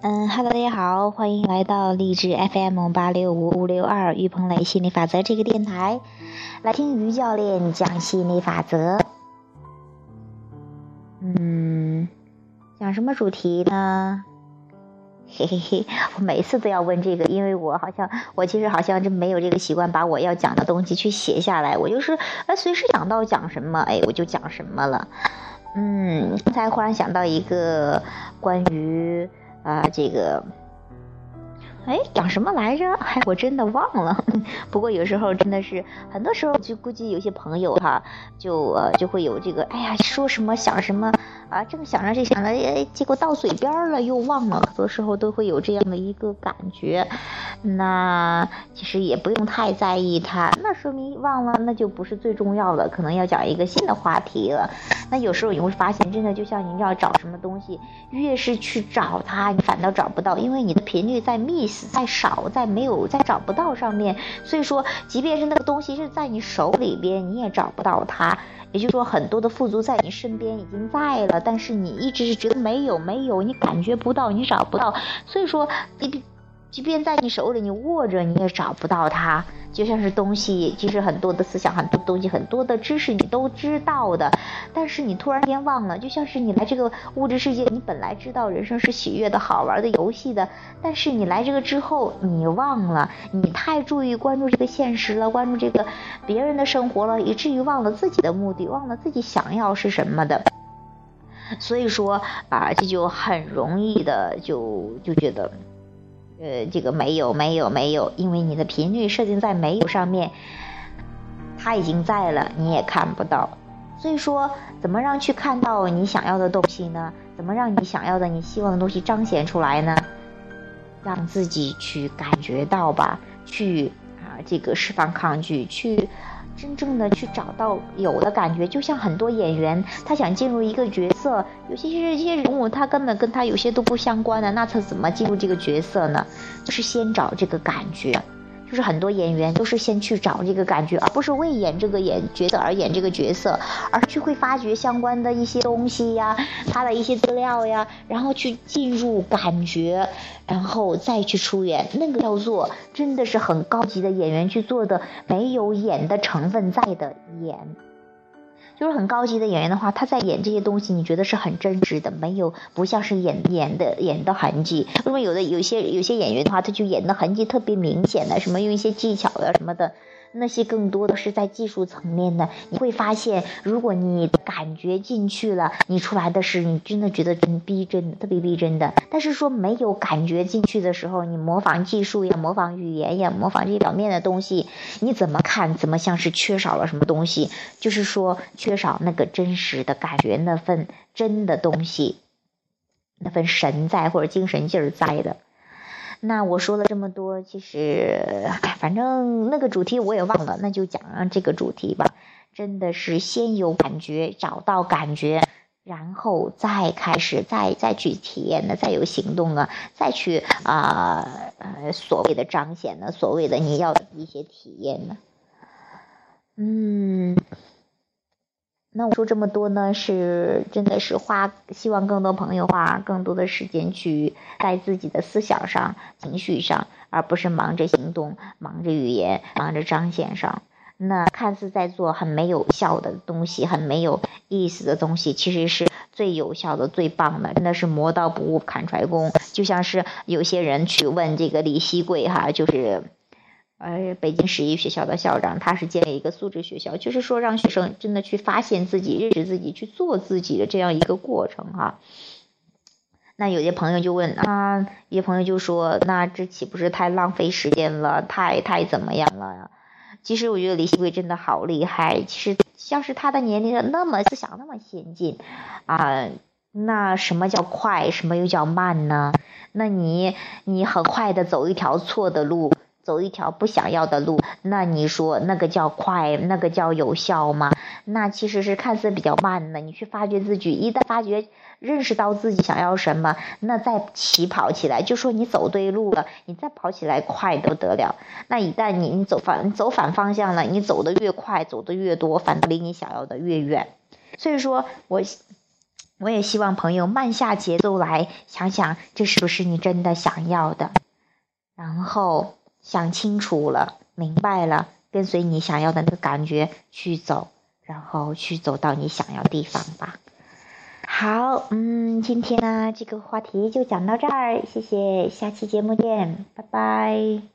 Hello，大家好，欢迎来到励志 FM865562于鹏磊心理法则这个电台，来听于教练讲心理法则。讲什么主题呢？嘿嘿嘿，我每次都要问这个，因为我其实好像真没有这个习惯，把我要讲的东西去写下来，我就是随时想到讲什么，我就讲什么了。刚才忽然想到一个关于讲什么来着？我真的忘了。不过有时候真的是，很多时候就估计有些朋友就会有这个，说什么想什么正想着结果到嘴边了又忘了。很多时候都会有这样的一个感觉。那其实也不用太在意它，那说明忘了，那就不是最重要的，可能要讲一个新的话题了。那有时候你会发现，真的就像你要找什么东西，越是去找它，你反倒找不到，因为你的频率在 miss， 在少，在没有，在找不到上面。所以说，即便是那个东西是在你手里边，你也找不到它。也就是说，很多的富足在你身边已经在了，但是你一直是觉得没有，你感觉不到，你找不到。所以说，即便在你手里，你握着，你也找不到它。就像是东西，其实很多的思想，很多东西，很多的知识你都知道的，但是你突然间忘了。就像是你来这个物质世界，你本来知道人生是喜悦的、好玩的游戏的，但是你来这个之后，你忘了，你太注意关注这个现实了，关注这个别人的生活了，以至于忘了自己的目的，忘了自己想要是什么的。所以说这就很容易的就觉得这个没有，因为你的频率设定在没有上面，它已经在了，你也看不到。所以说，怎么让去看到你想要的东西呢？怎么让你想要的、你希望的东西彰显出来呢？让自己去感觉到吧，去这个释放抗拒，去真正的去找到有的感觉。就像很多演员，他想进入一个角色，有些人物他根本跟他有些都不相关的，那他怎么进入这个角色呢？就是先找这个感觉。就是很多演员都是先去找这个感觉，而不是为演这个角色而演这个角色，而去会发掘相关的一些东西呀，他的一些资料呀，然后去进入感觉，然后再去出演。那个叫做真的是很高级的演员去做的，没有演的成分在的演。就是很高级的演员的话，他在演这些东西，你觉得是很真实的，不像是演的痕迹。因为有些演员的话，他就演的痕迹特别明显的，什么用一些技巧的什么的，那些更多的是在技术层面的。你会发现，如果你感觉进去了，你出来的是你真的觉得真逼真的，特别逼真的。但是说没有感觉进去的时候，你模仿技术呀，模仿语言呀，模仿这些表面的东西，你怎么看怎么像是缺少了什么东西，就是说缺少那个真实的感觉，那份真的东西，那份神在或者精神劲儿在的。那我说了这么多，其实反正那个主题我也忘了，那就讲这个主题吧。真的是先有感觉，找到感觉，然后再开始再去体验的，再有行动啊，再去所谓的彰显呢，所谓的你要的一些体验呢。那我说这么多呢，是真的是希望更多朋友花更多的时间去在自己的思想上、情绪上，而不是忙着行动、忙着语言、忙着彰显上。那看似在做很没有效的东西，很没有意思的东西，其实是最有效的、最棒的，真的是磨刀不误砍柴工。就像是有些人去问这个李希贵就是北京十一学校的校长，他是建立一个素质学校，就是说让学生真的去发现自己、认识自己、去做自己的这样一个过程那有些朋友就问有些朋友就说，那这岂不是太浪费时间了，太怎么样了呀？其实我觉得李希贵真的好厉害，其实像是他的年龄思想那么先进那什么叫快，什么又叫慢呢？那你很快的走一条错的路，走一条不想要的路，那你说那个叫快，那个叫有效吗？那其实是看似比较慢的。你去发掘自己，一旦认识到自己想要什么，那再起跑起来，就说你走对路了，你再跑起来快都得了。那一旦你走反方向了，你走得越快，走得越多，反倒离你想要的越远。所以说我也希望朋友慢下节奏来，想想这是不是你真的想要的，然后想清楚了，明白了，跟随你想要的那个感觉去走，然后去走到你想要的地方吧。好，今天呢这个话题就讲到这儿，谢谢，下期节目见，拜拜。